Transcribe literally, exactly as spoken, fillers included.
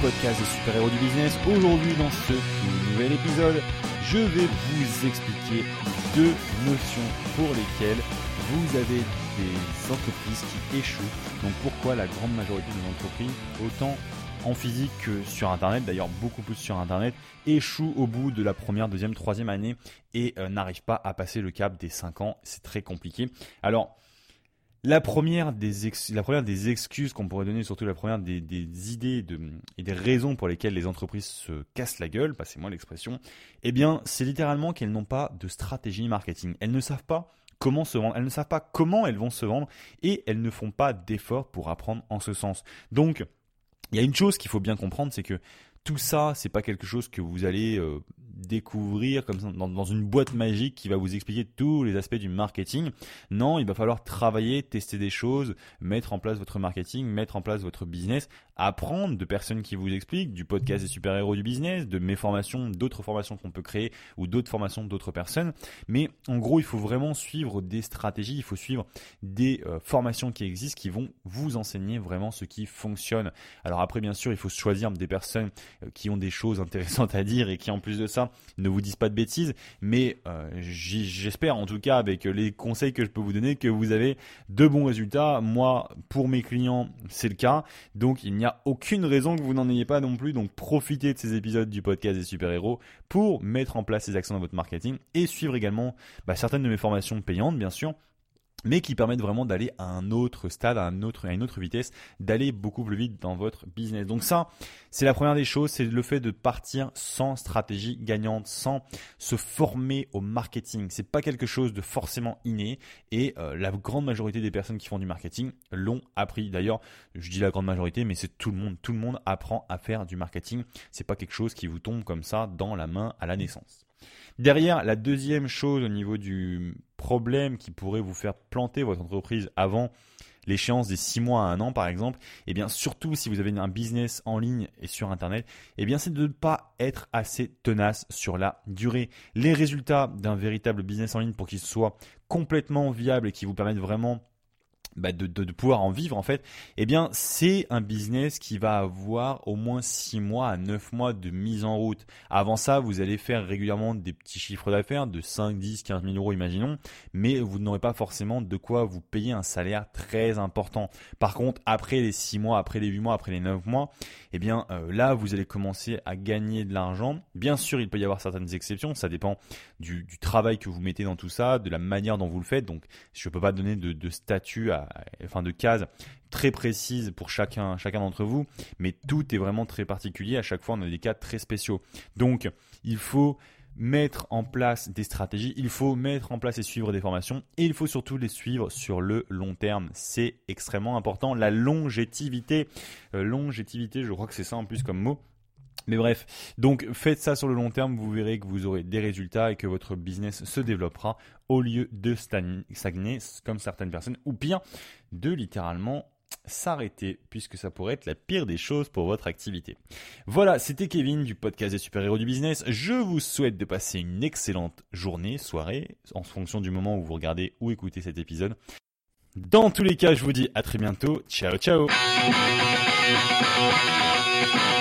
podcast des super-héros du business. Aujourd'hui, dans ce tout nouvel épisode, je vais vous expliquer deux notions pour lesquelles vous avez des entreprises qui échouent. Donc pourquoi la grande majorité des entreprises, autant en physique que sur Internet, d'ailleurs beaucoup plus sur Internet, échouent au bout de la première, deuxième, troisième année et euh, n'arrivent pas à passer le cap des cinq ans. C'est très compliqué. Alors, La première, des ex- la première des excuses qu'on pourrait donner, surtout la première des, des idées de, et des raisons pour lesquelles les entreprises se cassent la gueule, passez-moi l'expression, eh bien, c'est littéralement qu'elles n'ont pas de stratégie marketing. Elles ne savent pas comment se vendre, elles ne savent pas comment elles vont se vendre et elles ne font pas d'efforts pour apprendre en ce sens. Donc, il y a une chose qu'il faut bien comprendre, c'est que tout ça, c'est pas quelque chose que vous allez euh, découvrir comme ça, dans, dans une boîte magique qui va vous expliquer tous les aspects du marketing. Non, il va falloir travailler, tester des choses, mettre en place votre marketing, mettre en place votre business, apprendre de personnes qui vous expliquent, du podcast des super-héros du business, de mes formations, d'autres formations qu'on peut créer ou d'autres formations d'autres personnes. Mais en gros, il faut vraiment suivre des stratégies, il faut suivre des euh, formations qui existent qui vont vous enseigner vraiment ce qui fonctionne. Alors après, bien sûr, il faut choisir des personnes qui ont des choses intéressantes à dire et qui en plus de ça ne vous disent pas de bêtises, mais euh, j'espère en tout cas avec les conseils que je peux vous donner que vous avez de bons résultats. Moi, pour mes clients, c'est le cas, donc il n'y a aucune raison que vous n'en ayez pas non plus. Donc profitez de ces épisodes du podcast des super-héros pour mettre en place ces actions dans votre marketing et suivre également bah, certaines de mes formations payantes bien sûr, mais qui permettent vraiment d'aller à un autre stade, à, un autre, à une autre vitesse, d'aller beaucoup plus vite dans votre business. Donc ça, c'est la première des choses, c'est le fait de partir sans stratégie gagnante, sans se former au marketing. C'est pas quelque chose de forcément inné et euh, la grande majorité des personnes qui font du marketing l'ont appris. D'ailleurs, je dis la grande majorité, mais c'est tout le monde. Tout le monde apprend à faire du marketing. C'est pas quelque chose qui vous tombe comme ça dans la main à la naissance. Derrière, la deuxième chose au niveau du problème qui pourrait vous faire planter votre entreprise avant l'échéance des six mois à un an par exemple, eh bien surtout si vous avez un business en ligne et sur Internet, eh bien c'est de ne pas être assez tenace sur la durée. Les résultats d'un véritable business en ligne pour qu'il soit complètement viable et qui vous permette vraiment Bah de, de, de pouvoir en vivre en fait, eh bien c'est un business qui va avoir au moins six mois à neuf mois de mise en route. Avant ça, vous allez faire régulièrement des petits chiffres d'affaires de cinq, dix, quinze mille euros imaginons, mais vous n'aurez pas forcément de quoi vous payer un salaire très important. Par contre, après les six mois, après les huit mois, après les neuf mois, eh bien euh, là vous allez commencer à gagner de l'argent. Bien sûr, il peut y avoir certaines exceptions, ça dépend du, du travail que vous mettez dans tout ça, de la manière dont vous le faites. Donc je ne peux pas donner de, de statut à enfin de cases très précises pour chacun, chacun d'entre vous, mais tout est vraiment très particulier. À chaque fois, on a des cas très spéciaux. Donc, il faut mettre en place des stratégies, il faut mettre en place et suivre des formations et il faut surtout les suivre sur le long terme. C'est extrêmement important. La longévité, euh, longévité, je crois que c'est ça en plus comme mot. Mais bref, donc faites ça sur le long terme, vous verrez que vous aurez des résultats et que votre business se développera au lieu de stagner comme certaines personnes, ou pire, de littéralement s'arrêter, puisque ça pourrait être la pire des choses pour votre activité. Voilà, c'était Kevin du podcast des super-héros du business. Je vous souhaite de passer une excellente journée, soirée, en fonction du moment où vous regardez ou écoutez cet épisode. Dans tous les cas, je vous dis à très bientôt. Ciao, ciao.